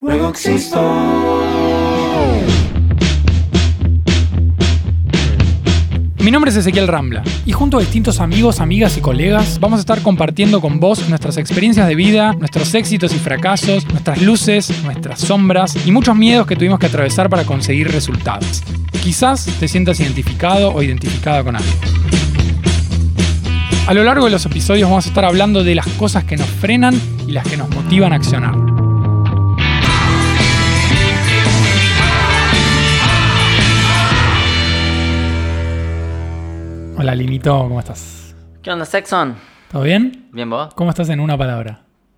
Luego existo. Mi nombre es Ezequiel Rambla y junto a distintos amigos, amigas y colegas vamos a estar compartiendo con vos nuestras experiencias de vida, nuestros éxitos y fracasos, nuestras luces, nuestras sombras y muchos miedos que tuvimos que atravesar para conseguir resultados. Quizás te sientas identificado o identificada con algo. A lo largo de los episodios vamos a estar hablando de las cosas que nos frenan y las que nos motivan a accionar. Hola Linito, ¿cómo estás? ¿Qué onda, Sexon? ¿Todo bien? ¿Bien vos? ¿Cómo estás en una palabra?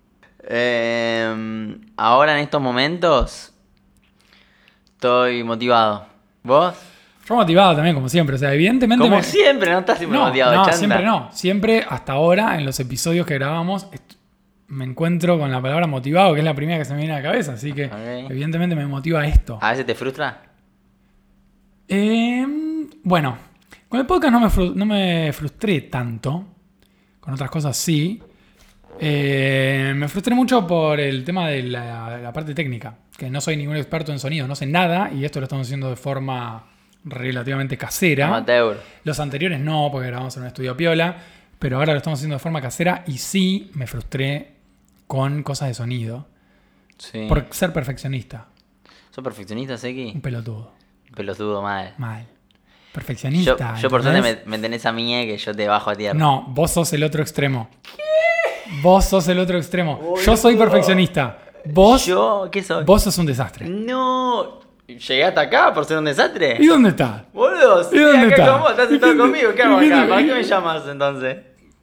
Ahora en estos momentos estoy motivado. ¿Vos? Yo motivado también, como siempre. O sea, evidentemente... Como siempre, no estás siempre motivado, no, chanta. siempre no. Siempre, hasta ahora, en los episodios que grabamos, me encuentro con la palabra motivado, que es la primera que se me viene a la cabeza. Así que, evidentemente, me motiva esto. ¿A veces te frustra? Bueno, con el podcast no me frustré tanto. Con otras cosas sí. Me frustré mucho por el tema de la parte técnica. Que no soy ningún experto en sonido, no sé nada. Y esto lo estamos haciendo de forma relativamente casera. Amateur. Los anteriores no, porque grabamos en un estudio piola. Pero ahora lo estamos haciendo de forma casera. Y sí me frustré con cosas de sonido. Sí. Por ser perfeccionista. ¿Sos perfeccionista, Seki? Un pelotudo. Pelotudo, mal. Perfeccionista. Yo por suerte me tenés a mí, que yo te bajo a tierra. No, vos sos el otro extremo. ¿Qué? Vos sos el otro extremo. Yo soy perfeccionista. ¿Yo? ¿Qué soy? Vos sos un desastre. No. ¿Llegué hasta acá por ser un desastre? ¿Y dónde estás? Boludo, ¿Y dónde acá está? con vos, estás sentado conmigo. ¿Qué hago acá? ¿Para qué me llamas entonces?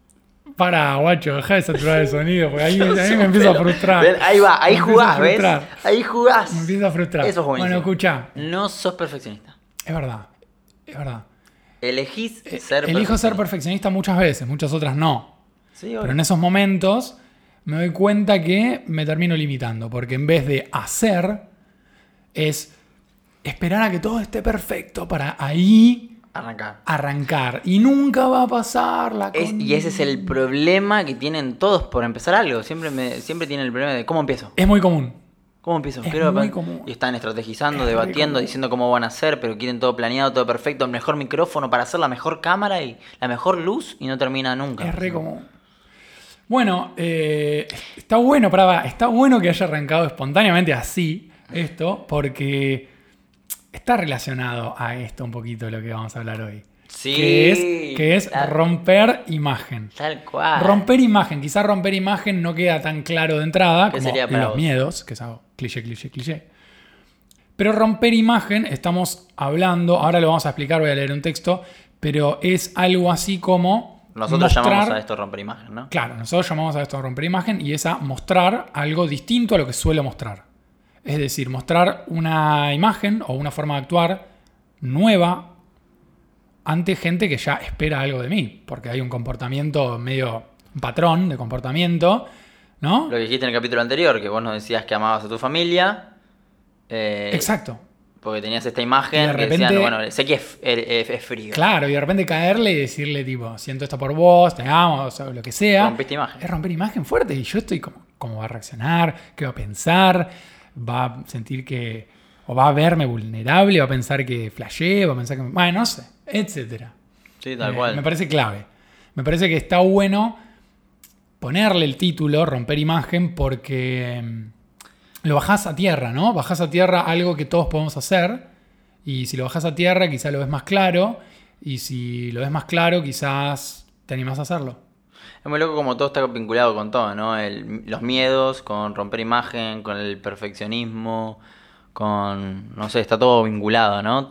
Pará, guacho, dejá de saturar el sonido, porque ahí me empiezo a frustrar. Ven, ahí va, ahí jugás, ¿ves? Ahí Me jugás. empiezo a frustrar. Eso es buenísimo. Bueno, escuchá. No sos perfeccionista. Es verdad. Es verdad. Elegís ser Elijo perfeccionista. ser perfeccionista muchas veces, muchas otras no. Sí, Pero obvio. en esos momentos me doy cuenta que me termino limitando, porque en vez de hacer, es esperar a que todo esté perfecto para ahí arrancar. Y nunca va a pasar Y ese es el problema que tienen todos por empezar algo. Siempre tienen el problema de ¿cómo empiezo? Es muy común. ¿Cómo empiezo? Es muy común. Y están estrategizando, Es debatiendo, muy común. diciendo cómo van a hacer, pero quieren todo planeado, todo perfecto, el mejor micrófono para hacer la mejor cámara y la mejor luz y no termina nunca. Es re común. Bueno, está bueno que haya arrancado espontáneamente así esto, porque está relacionado a esto un poquito lo que vamos a hablar hoy. Sí. Que es romper imagen. Tal cual. Romper imagen. Quizás romper imagen no queda tan claro de entrada ¿Qué como sería para los vos? miedos, que es algo cliché. Pero romper imagen, estamos hablando, ahora lo vamos a explicar, voy a leer un texto, pero es algo así como Nosotros llamamos a esto romper imagen, ¿no? Claro, nosotros llamamos a esto romper imagen y es a mostrar algo distinto a lo que suelo mostrar. Es decir, mostrar una imagen o una forma de actuar nueva ante gente que ya espera algo de mí, porque hay un comportamiento un patrón de comportamiento, ¿no? Lo que dijiste en el capítulo anterior, que vos nos decías que amabas a tu familia. Exacto. Porque tenías esta Y imagen de que repente- decían, bueno, sé que es frío. Claro, y de repente caerle y decirle tipo, siento esto por vos, te amo, o sea, lo que sea. Rompiste imagen. Es romper imagen fuerte y yo estoy como, ¿cómo va a reaccionar? ¿Qué va a pensar? ¿Va a sentir que... o va a verme vulnerable? ¿Va a pensar que flasheé? ¿Va a pensar que... bueno, no sé, etcétera. Sí, tal cual. Me parece clave. Me parece que está bueno ponerle el título, romper imagen, porque lo bajás a tierra, ¿no? Bajás a tierra algo que todos podemos hacer. Y si lo bajás a tierra, quizás lo ves más claro. Y si lo ves más claro, quizás te animás a hacerlo. Es muy loco como todo está vinculado con todo, ¿no? Los miedos, con romper imagen, con el perfeccionismo, con... no sé, está todo vinculado, ¿no?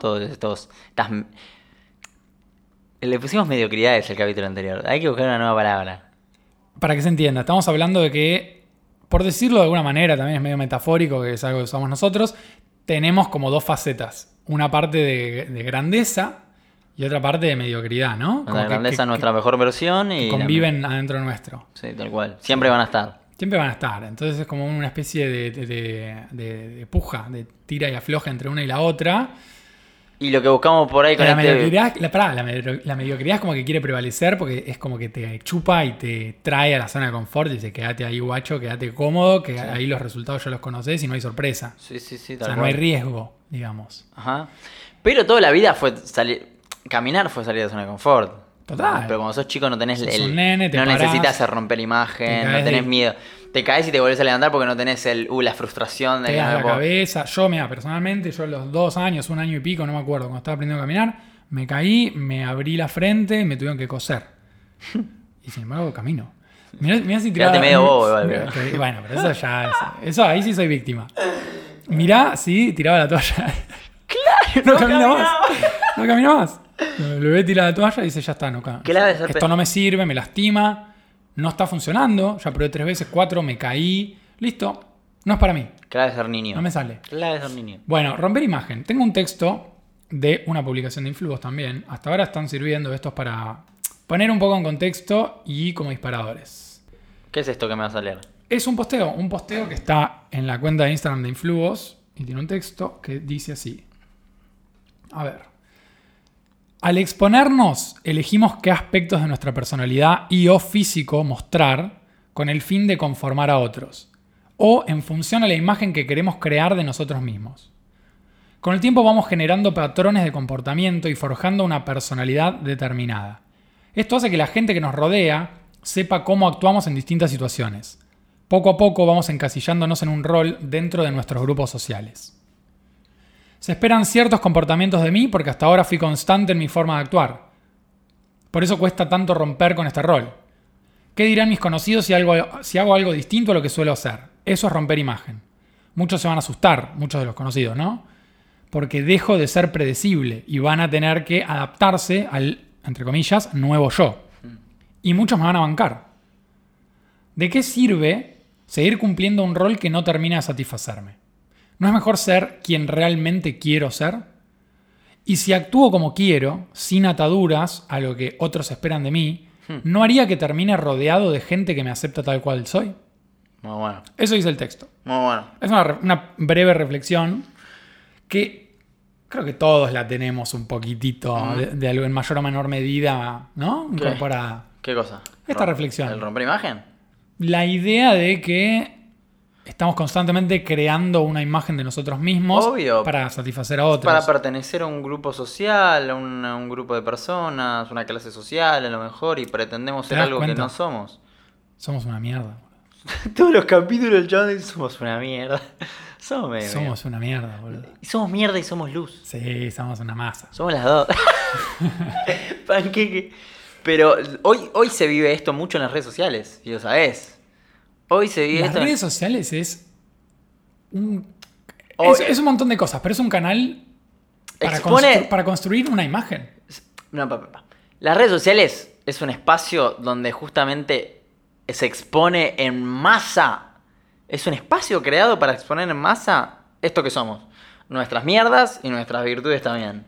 Le pusimos mediocridades al capítulo anterior. Hay que buscar una nueva palabra. Para que se entienda, estamos hablando de que, por decirlo de alguna manera, también es medio metafórico, que es algo que usamos nosotros, tenemos como dos facetas. Una parte de grandeza y otra parte de mediocridad, ¿no? Como La grandeza es nuestra mejor versión y... que conviven adentro nuestro. Sí, tal cual. Siempre van a estar. Siempre van a estar. Entonces es como una especie de puja, de tira y afloja entre una y la otra. Y lo que buscamos por ahí con La este... mediocridad, la mediocridad es como que quiere prevalecer porque es como que te chupa y te trae a la zona de confort y dice, quédate ahí, guacho, quédate cómodo, que ahí los resultados ya los conoces y no hay sorpresa. Sí, O tal sea, no cual. hay riesgo, digamos. Ajá. Pero toda la vida fue salir... Caminar fue salir de zona de confort. Total. Pero cuando sos chico no tenés Sos un nene, te no parás, necesitas hacer romper te imagen, no caes tenés de- miedo. Te caes y te volvés a levantar porque no tenés la frustración de Te que das no la me puedo- cabeza. Yo, mira, personalmente, yo a los 2 años, 1 año y pico, no me acuerdo, cuando estaba aprendiendo a caminar, me caí, me abrí la frente y me tuvieron que coser. Y sin embargo, camino. Mirá si tiraba... Quedaste medio bobo igual, mirá, pero. bueno, pero eso ya eso ahí sí soy víctima. Mirá, sí, tiraba la toalla. No camina más. No camina más. Le voy a tirar la toalla y dice, ya está, no camina. Clave ser Esto no me sirve, me lastima, no está funcionando. Ya probé 3 veces, 4, me caí. Listo, no es para mí, Clave de ser niño. no me sale. Clave de ser niño. Bueno, romper imagen. Tengo un texto de una publicación de Influjos también. Hasta ahora están sirviendo estos para poner un poco en contexto y como disparadores. ¿Qué es esto que me vas a leer? Es un posteo que está en la cuenta de Instagram de Influjos y tiene un texto que dice así. A ver. Al exponernos, elegimos qué aspectos de nuestra personalidad y o físico mostrar con el fin de conformar a otros, o en función a la imagen que queremos crear de nosotros mismos. Con el tiempo vamos generando patrones de comportamiento y forjando una personalidad determinada. Esto hace que la gente que nos rodea sepa cómo actuamos en distintas situaciones. Poco a poco vamos encasillándonos en un rol dentro de nuestros grupos sociales. Se esperan ciertos comportamientos de mí porque hasta ahora fui constante en mi forma de actuar. Por eso cuesta tanto romper con este rol. ¿Qué dirán mis conocidos si hago algo distinto a lo que suelo hacer? Eso es romper imagen. Muchos se van a asustar, muchos de los conocidos, ¿no? Porque dejo de ser predecible y van a tener que adaptarse al, entre comillas, nuevo yo. Y muchos me van a bancar. ¿De qué sirve seguir cumpliendo un rol que no termina de satisfacerme? ¿No es mejor ser quien realmente quiero ser? Y si actúo como quiero, sin ataduras a lo que otros esperan de mí, ¿no haría que termine rodeado de gente que me acepta tal cual soy? Muy bueno. Eso dice el texto. Muy bueno. Es una breve reflexión que creo que todos la tenemos un poquitito, de algo en mayor o menor medida, ¿no? ¿Qué? Incorporada. ¿Qué cosa? Esta reflexión. ¿El romper imagen? La idea de que estamos constantemente creando una imagen de nosotros mismos Obvio. para satisfacer a otros. Para pertenecer a un grupo social, a un grupo de personas, una clase social a lo mejor, y pretendemos ¿Te ser das algo cuenta? que no somos. Somos una mierda. Todos los capítulos del chabón dicen, somos una mierda. Somos medio Somos una mierda, boludo. mierda. Y somos mierda y somos luz. Sí, somos una masa. Somos las dos. Panqueque. Pero hoy se vive esto mucho en las redes sociales, y lo sabés. Hoy se vive Las esto. redes sociales es un... Hoy- Es un montón de cosas, pero es un canal para, Expone- para construir una imagen. No, pa. Las redes sociales es un espacio donde justamente se expone en masa. Es un espacio creado para exponer en masa esto que somos. Nuestras mierdas y nuestras virtudes también.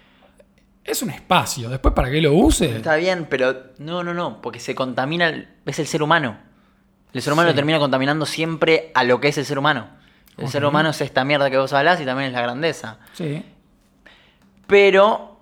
Es un espacio. Después, ¿para qué lo use? Está bien, pero no, porque se contamina, es el ser humano. El ser humano Sí. termina contaminando siempre a lo que es el ser humano. El Ok. ser humano es esta mierda que vos hablás y también es la grandeza. Sí. Pero,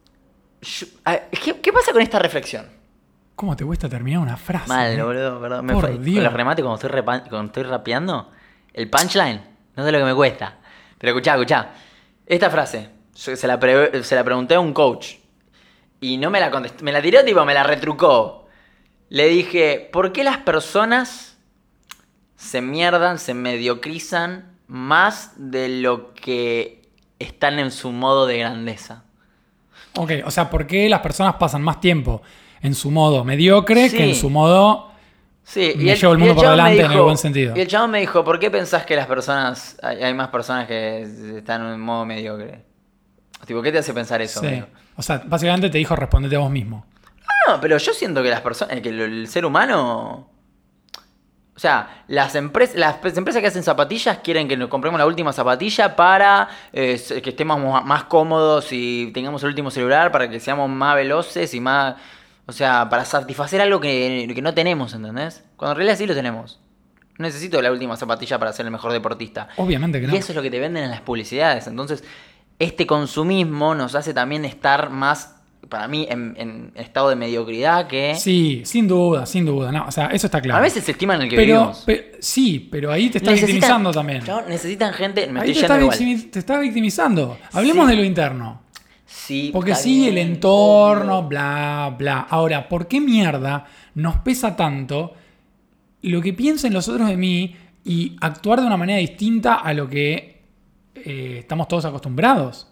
¿qué pasa con esta reflexión? ¿Cómo te cuesta terminar una frase? Mal, boludo, perdón. Por Dios. Con los remates cuando estoy rapeando, el punchline, no sé lo que me cuesta. Pero escuchá. Esta frase, yo se la pregunté a un coach. Y no me la contestó, me la tiró, tipo, me la retrucó. Le dije, ¿por qué las personas se mierdan, se mediocrizan más de lo que están en su modo de grandeza? Ok, o sea, ¿por qué las personas pasan más tiempo en su modo mediocre Sí. que en su modo... Sí, Me llevo el mundo por chabón me delante en el buen sentido? Y el chabón me dijo, ¿por qué pensás que las personas, hay más personas que están en modo mediocre? Tipo, ¿qué te hace pensar eso, Sí. amigo? O sea, básicamente te dijo respondete a vos mismo. No, pero yo siento que las personas, que el ser humano... O sea, las empresas que hacen zapatillas quieren que nos compremos la última zapatilla para que estemos más cómodos y tengamos el último celular, para que seamos más veloces y más... O sea, para satisfacer algo que no tenemos, ¿entendés? Cuando en realidad sí lo tenemos. No necesito la última zapatilla para ser el mejor deportista. Obviamente que no. Y eso es lo que te venden en las publicidades. Entonces, este consumismo nos hace también estar más, para mí, en estado de mediocridad que... Sí, sin duda. No, o sea, eso está claro. A veces se estima en el que pero, vivimos. sí, pero ahí te estás victimizando también. Chabón, necesitan gente... Me Ahí estoy yendo igual. te estás victimizando. Hablemos Sí. de lo interno. Sí, Porque está sí, bien, el entorno, obvio. bla, bla. Ahora, ¿por qué mierda nos pesa tanto lo que piensen los otros de mí y actuar de una manera distinta a lo que estamos todos acostumbrados?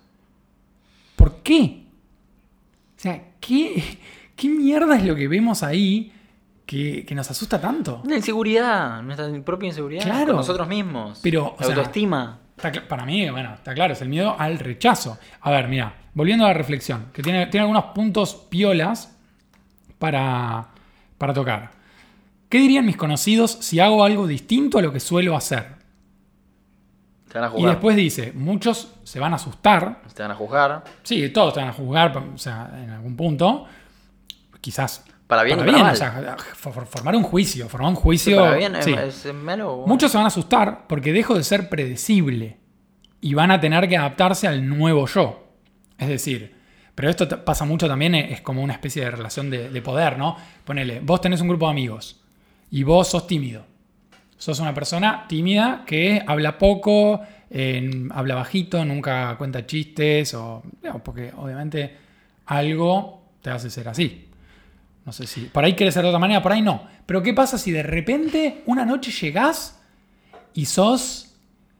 ¿Por qué? O sea, ¿qué mierda es lo que vemos ahí que nos asusta tanto? La inseguridad, nuestra propia inseguridad. Claro. Con nosotros mismos. Pero, la autoestima. Para mí, bueno, está claro, es el miedo al rechazo. A ver, mira, volviendo a la reflexión, que tiene algunos puntos piolas para tocar. ¿Qué dirían mis conocidos si hago algo distinto a lo que suelo hacer? Te van a Y juzgar. después dice, muchos se van a asustar. Te van a juzgar. Sí, todos te van a juzgar, o sea, en algún punto. Quizás Para bien y para mal. o sea, formar un juicio. Para bien, sí. es malo. Muchos se van a asustar porque dejo de ser predecible y van a tener que adaptarse al nuevo yo. Es decir, pero esto pasa mucho también, es como una especie de relación de poder, ¿no? Ponele, vos tenés un grupo de amigos y vos sos tímido. Sos una persona tímida que habla poco, habla bajito, nunca cuenta chistes, porque obviamente algo te hace ser así. No sé si por ahí querés ser de otra manera, por ahí no. Pero ¿qué pasa si de repente una noche llegás y sos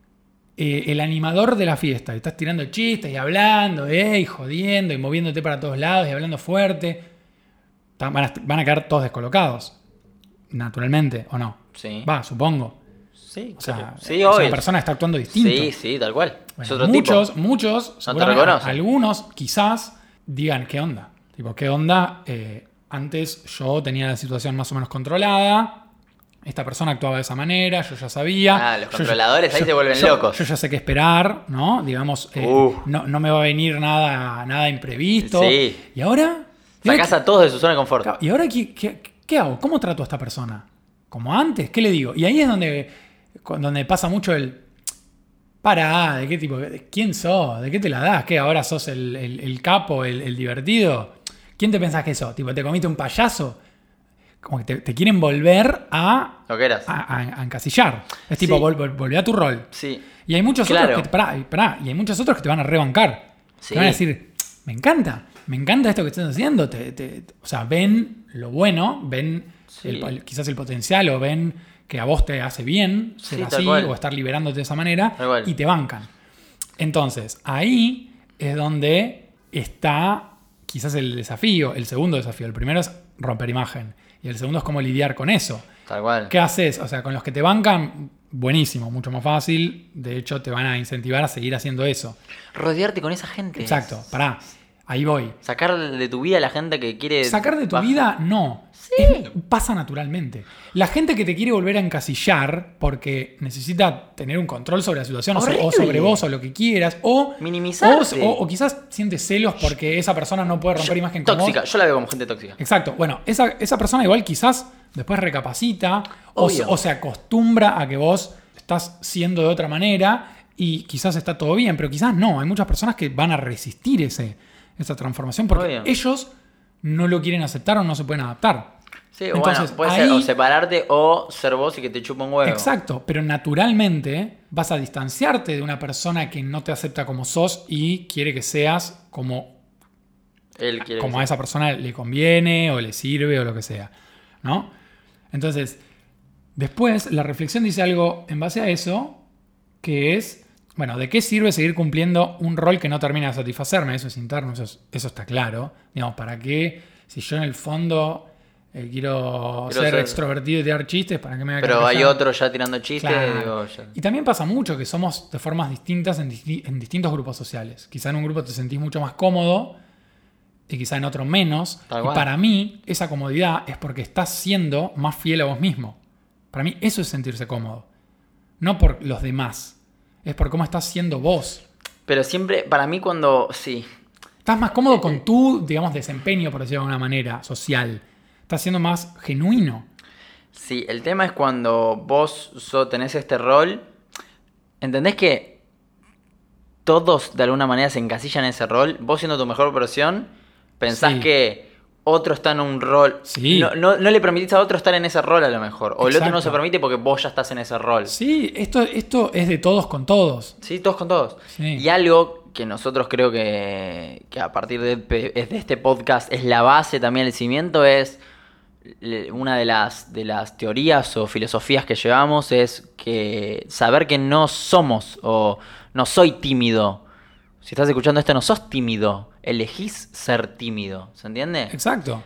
el animador de la fiesta? Y estás tirando chistes y hablando, y jodiendo y moviéndote para todos lados y hablando fuerte. Van a quedar todos descolocados. Naturalmente, ¿o no? Sí. Va, supongo. Sí, O sea, sí, esa obvio. persona está actuando distinto. Sí, sí, tal cual. Bueno, es otro muchos, tipo. seguramente, reconocen. algunos quizás digan, ¿qué onda? Tipo, ¿qué onda? Antes yo tenía la situación más o menos controlada, esta persona actuaba de esa manera, yo ya sabía. Los controladores ahí se vuelven locos. Yo ya sé qué esperar, ¿no? Digamos, no me va a venir nada imprevisto. Sí. Y ahora... Sacás a todos de su zona de confort. ¿Y ahora qué hago? ¿Cómo trato a esta persona? ¿Como antes? ¿Qué le digo? Y ahí es donde pasa mucho el... Pará, ¿de qué tipo? ¿Quién sos? ¿De qué te la das? ¿Qué? ¿Ahora sos el capo, el divertido? ¿Quién te pensás que sos? ¿Tipo, te comiste un payaso? Como que te quieren volver Lo que eras. a encasillar. Es tipo, Sí. volvé a tu rol. Sí. Y hay muchos Claro. otros que... Pará, y hay muchos otros que te van a rebancar. Sí. Te van a decir, me encanta esto que estás haciendo. O sea, ven lo bueno, ven Sí. quizás el potencial, o ven que a vos te hace bien ser Sí, tal así, cual. o estar liberándote de esa manera, Tal cual. y te bancan. Entonces, ahí es donde está quizás el desafío, el segundo desafío. El primero es romper imagen, y el segundo es cómo lidiar con eso. Tal cual. ¿Qué haces? O sea, con los que te bancan, buenísimo, mucho más fácil. De hecho, te van a incentivar a seguir haciendo eso. Rodearte con esa gente. Exacto, pará, ahí voy. Sacar de tu vida a la gente que quiere... Sacar de tu vida, no. Pasa naturalmente. La gente que te quiere volver a encasillar porque necesita tener un control sobre la situación, o Horrible. sobre vos, o lo que quieras, o Minimizarte. o quizás sientes celos porque esa persona no puede romper imagen con Tóxica. vos. Yo la veo como gente tóxica. Exacto. Bueno, esa persona igual quizás después recapacita Obvio. o se acostumbra a que vos estás siendo de otra manera y quizás está todo bien, pero quizás no. Hay muchas personas que van a resistir esa transformación porque Obvio. ellos no lo quieren aceptar o no se pueden adaptar. Sí, Entonces, bueno, puede ser o separarte o ser vos y que te chupa un huevo. Exacto, pero naturalmente vas a distanciarte de una persona que no te acepta como sos y quiere que seas como Él quiere a que esa persona le conviene o le sirve o lo que sea, ¿no? Entonces, después la reflexión dice algo en base a eso, que es, bueno, ¿de qué sirve seguir cumpliendo un rol que no termina de satisfacerme? Eso es interno, eso está claro. Digamos, ¿para qué? Si yo en el fondo quiero ser extrovertido y tirar chistes, ¿para qué me voy a Pero hay carcajear? otro ya tirando chistes. Claro. Digo, ya. Y también pasa mucho que somos de formas distintas en distintos grupos sociales. Quizá en un grupo te sentís mucho más cómodo y quizá en otro menos. Tal Y cual. para mí, esa comodidad es porque estás siendo más fiel a vos mismo. Para mí, eso es sentirse cómodo. No por los demás. Es por cómo estás siendo vos. Pero siempre, para mí cuando... Sí. Estás más cómodo con tu, digamos, desempeño, por decirlo de alguna manera, social. Estás siendo más genuino. Sí, el tema es cuando vos tenés este rol, ¿entendés que todos de alguna manera se encasillan en ese rol. Vos siendo tu mejor versión, pensás Sí. que otro está en un rol. Sí. No le permitís a otro estar en ese rol a lo mejor. O el otro no se Exacto. permite porque vos ya estás en ese rol. Sí, esto es de todos con todos. Sí, todos con todos. Sí. Y algo que nosotros creo que a partir de este podcast es la base también, el cimiento, es una de las teorías o filosofías que llevamos es que saber que no somos o no soy tímido. Si estás escuchando esto, no sos tímido. Elegís ser tímido. ¿Se entiende? Exacto.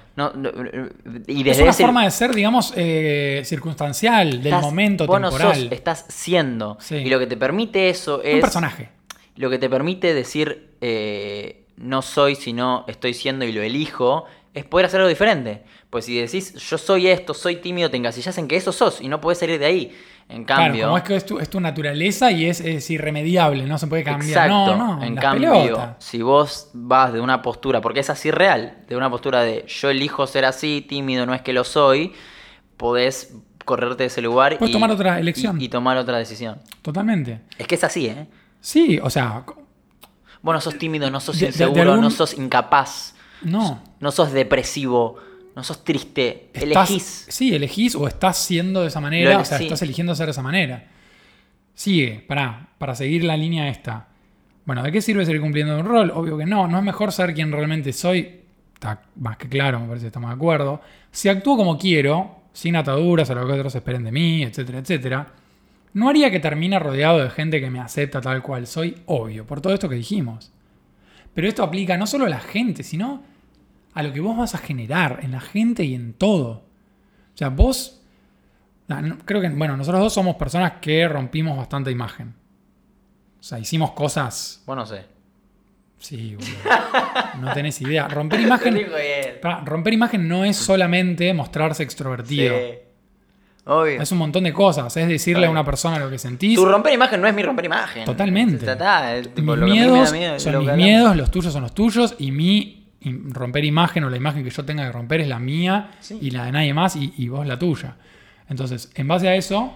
Y Es desde una ese forma de ser, digamos, circunstancial, del momento vos no temporal. sos, estás siendo. Sí. Y lo que te permite eso es... Un personaje. Lo que te permite decir no soy, sino estoy siendo y lo elijo, es poder hacer algo diferente. Pues si decís yo soy esto, soy tímido, te encasillas en que eso sos y no podés salir de ahí. En cambio... Claro, como es que es tu naturaleza y es irremediable, no se puede cambiar. Exacto. No, En las cambio, pelotas. si vos vas de una postura, porque es así real, de una postura de yo elijo ser así, tímido, no es que lo soy, podés correrte de ese lugar Podés tomar otra elección. y tomar otra decisión. Totalmente. Es que es así, ¿eh? Sí, o sea, Vos no sos tímido, no sos De inseguro, algún- no sos incapaz, no. no sos depresivo, no sos triste, elegís. Sí, elegís o estás siendo de esa manera, o sea, Sí. estás eligiendo ser de esa manera. Sigue, para seguir la línea esta. Bueno, ¿de qué sirve seguir cumpliendo un rol? Obvio que no, no es mejor ser quien realmente soy. Está más que claro, me parece que estamos de acuerdo. Si actúo como quiero, sin ataduras a lo que otros esperen de mí, etcétera, etcétera, no haría que termine rodeado de gente que me acepta tal cual soy, obvio, por todo esto que dijimos. Pero esto aplica no solo a la gente, sino a lo que vos vas a generar en la gente y en todo. O sea, vos... creo que, bueno, nosotros dos somos personas que rompimos bastante imagen. O sea, hicimos cosas... Vos no sé. Sí, boludo. No tenés idea. Romper imagen... Te digo bien. Romper imagen no es solamente mostrarse extrovertido. Sí. Obvio. Es un montón de cosas. Es decirle a una persona lo que sentís. Tu romper imagen no es mi romper imagen. Totalmente. Es tipo, Mis lo que a mí me da miedos miedo es son lo mis que hablamos. miedos, los tuyos son los tuyos y mi romper imagen o la imagen que yo tenga que romper es la mía Sí. y la de nadie más y vos la tuya. Entonces, en base a eso,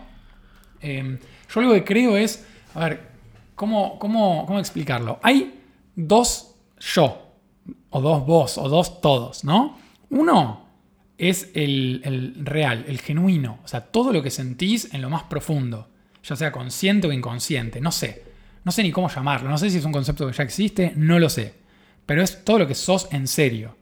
yo lo que creo es, a ver, ¿cómo explicarlo? Hay dos yo, o dos vos, o dos todos, ¿no? Uno es el real, el genuino, o sea, todo lo que sentís en lo más profundo, ya sea consciente o inconsciente, no sé ni cómo llamarlo, no sé si es un concepto que ya existe, no lo sé, pero es todo lo que sos en serio.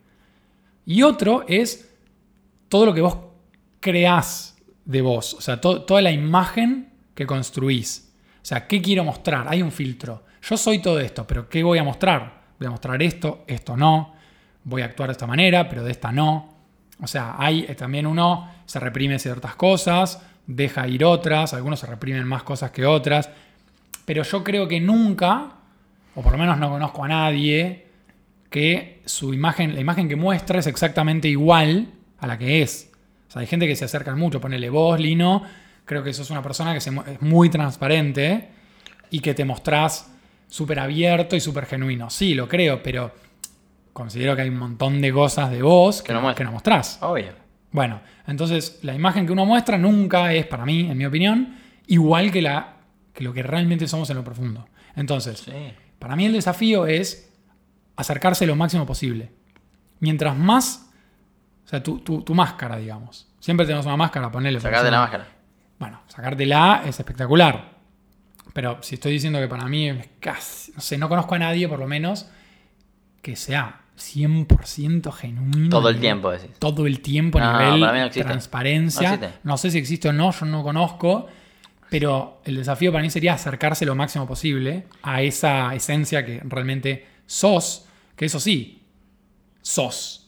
Y otro es todo lo que vos creás de vos, o sea, toda la imagen que construís. O sea, ¿qué quiero mostrar? Hay un filtro. Yo soy todo esto, pero ¿qué voy a mostrar? Voy a mostrar esto no. Voy a actuar de esta manera, pero de esta no. O sea, hay también uno se reprime ciertas cosas, deja ir otras, algunos se reprimen más cosas que otras. Pero yo creo que nunca, o por lo menos no conozco a nadie, que su imagen, la imagen que muestra es exactamente igual a la que es. O sea, hay gente que se acerca mucho. Ponele vos, Lino, creo que sos una persona que es muy transparente y que te mostrás súper abierto y súper genuino. Sí, lo creo, pero considero que hay un montón de cosas de vos que no mostrás. Obvio. Bueno, entonces la imagen que uno muestra nunca es, para mí, en mi opinión, igual que lo que realmente somos en lo profundo. Entonces, Sí. para mí el desafío es acercarse lo máximo posible. Mientras más, o sea, tu máscara, digamos. Siempre tenemos una máscara, ponele. Sacate la máscara. Bueno, sacártela es espectacular. Pero si estoy diciendo que para mí es casi, no sé, no conozco a nadie, por lo menos, que sea 100% genuino. Todo el a nivel- tiempo, decís. Todo el tiempo a No, nivel para mí no existe. transparencia. No existe. No sé si existe o no, yo no conozco. Pero el desafío para mí sería acercarse lo máximo posible a esa esencia que realmente sos. Que eso sí, sos.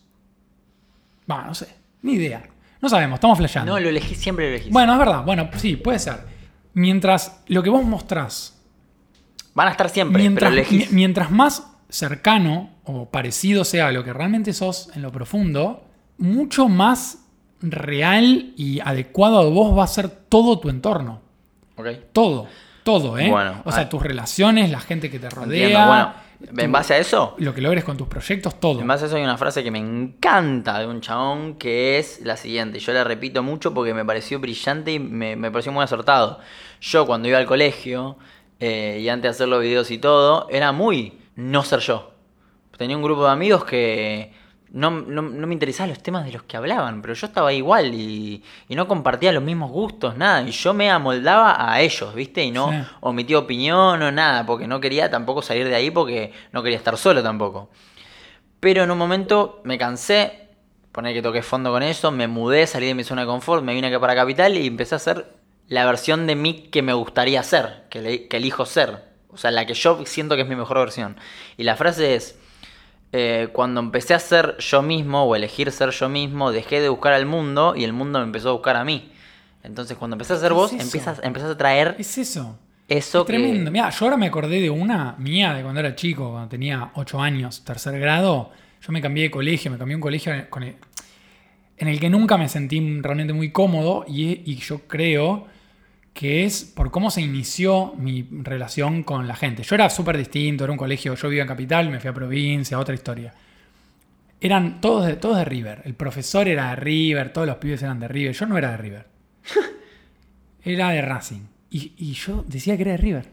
Va, no sé, ni idea. No sabemos, estamos flasheando. No, lo elegís, siempre lo elegís. Bueno, es verdad. Bueno, sí, puede ser. Mientras lo que vos mostrás, Van a estar siempre, pero lo elegís. mientras más cercano o parecido sea a lo que realmente sos en lo profundo, mucho más real y adecuado a vos va a ser todo tu entorno. Ok. Todo, ¿eh? Bueno, o sea, tus relaciones, la gente que te rodea. Entiendo. Bueno, en base a eso, Lo que logres con tus proyectos, todo. En base a eso hay una frase que me encanta de un chabón que es la siguiente. Yo la repito mucho porque me pareció brillante y me pareció muy acertado. Yo cuando iba al colegio y antes de hacer los videos y todo, era muy no ser yo. Tenía un grupo de amigos que no me interesaban los temas de los que hablaban, pero yo estaba igual y no compartía los mismos gustos, nada. Y yo me amoldaba a ellos, ¿viste? Y no Sí. omitía opinión o nada, porque no quería tampoco salir de ahí porque no quería estar solo tampoco. Pero en un momento me cansé, poner que toqué fondo con eso, me mudé, salí de mi zona de confort, me vine acá para Capital y empecé a hacer la versión de mí que me gustaría ser, que elijo ser. O sea, la que yo siento que es mi mejor versión. Y la frase es... cuando empecé a ser yo mismo o elegir ser yo mismo, dejé de buscar al mundo y el mundo me empezó a buscar a mí. Entonces cuando empezás a ser ¿Qué vos, es eso? empezás a traer Es eso. eso Es que... tremendo. Mira, yo ahora me acordé de una mía de cuando era chico, cuando tenía 8 años, tercer grado. Yo me cambié de colegio, me cambié a un colegio en el que nunca me sentí realmente muy cómodo y yo creo que es por cómo se inició mi relación con la gente. Yo era súper distinto, era un colegio, yo vivía en Capital, me fui a provincia, otra historia. Eran todos de River. El profesor era de River, todos los pibes eran de River. Yo no era de River. Era de Racing. Y yo decía que era de River.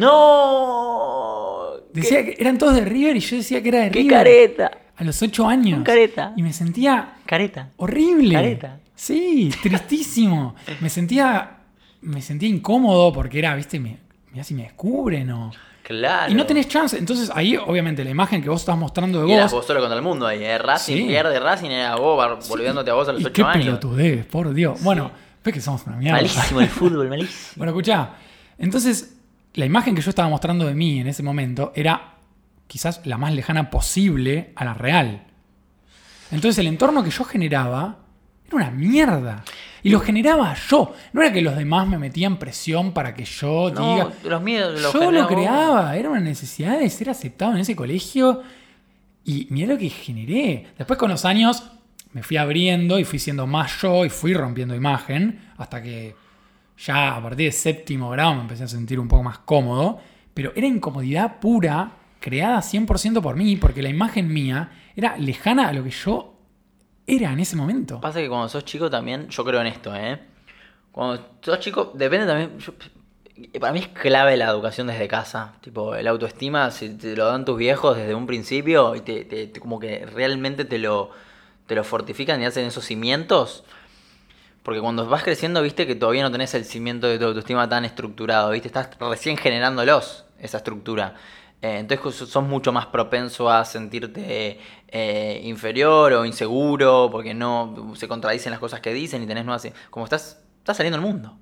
¡No! Decía que eran todos de River y yo decía que era de ¡Qué River. careta! A los 8 años. Un careta. Y me sentía Careta. horrible. Careta. Sí, tristísimo. Me sentía incómodo porque era, viste, mirá si me descubren o... Claro. Y no tenés chance. Entonces ahí, obviamente, la imagen que vos estás mostrando de Y eras vos... vos solo contra el mundo ahí, Racing Sí. pierde, Racing era vos volviéndote a vos a los y 8 qué años. pelotudez, por Dios. Bueno, ves que somos una mierda. Malísimo el fútbol, malísimo. Bueno, escuchá. Entonces, la imagen que yo estaba mostrando de mí en ese momento era quizás la más lejana posible a la real. Entonces, el entorno que yo generaba era una mierda. Y lo generaba yo. No era que los demás me metían presión para que yo No, diga... los miedos los Yo lo generaba vos. creaba. Era una necesidad de ser aceptado en ese colegio. Y mirá lo que generé. Después con los años me fui abriendo y fui siendo más yo y fui rompiendo imagen. Hasta que ya a partir de séptimo grado me empecé a sentir un poco más cómodo. Pero era incomodidad pura, creada 100% por mí, porque la imagen mía era lejana a lo que yo era en ese momento. Pasa que cuando sos chico también, yo creo en esto, Cuando sos chico, depende también. Para mí es clave la educación desde casa. Tipo, el autoestima, si te lo dan tus viejos desde un principio y como que realmente te lo fortifican y hacen esos cimientos. Porque cuando vas creciendo, viste que todavía no tenés el cimiento de tu autoestima tan estructurado, viste, estás recién generándolos, esa estructura. Entonces sos mucho más propenso a sentirte inferior o inseguro, porque no se contradicen las cosas que dicen y tenés nuevas... Como estás saliendo al mundo.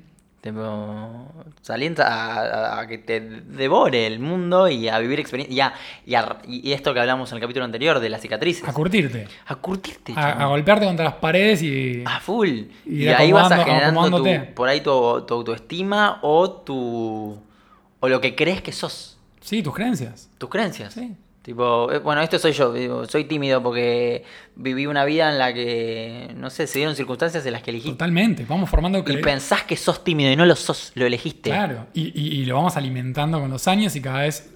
Tipo, saliendo a que te devore el mundo y a vivir experiencias. Y esto que hablamos en el capítulo anterior de las cicatrices. A curtirte. A curtirte, A chabón. golpearte contra las paredes y... A full. Y Y ahí vas generando acomodándote. por ahí tu autoestima o lo que crees que sos. Sí, tus creencias. Tus creencias. Sí. Tipo, bueno, esto soy yo. Digo, soy tímido porque viví una vida en la que, no sé, se dieron circunstancias en las que elegí. Totalmente. Vamos formando... Y pensás que sos tímido y no lo sos, lo elegiste. Claro. Y lo vamos alimentando con los años y cada vez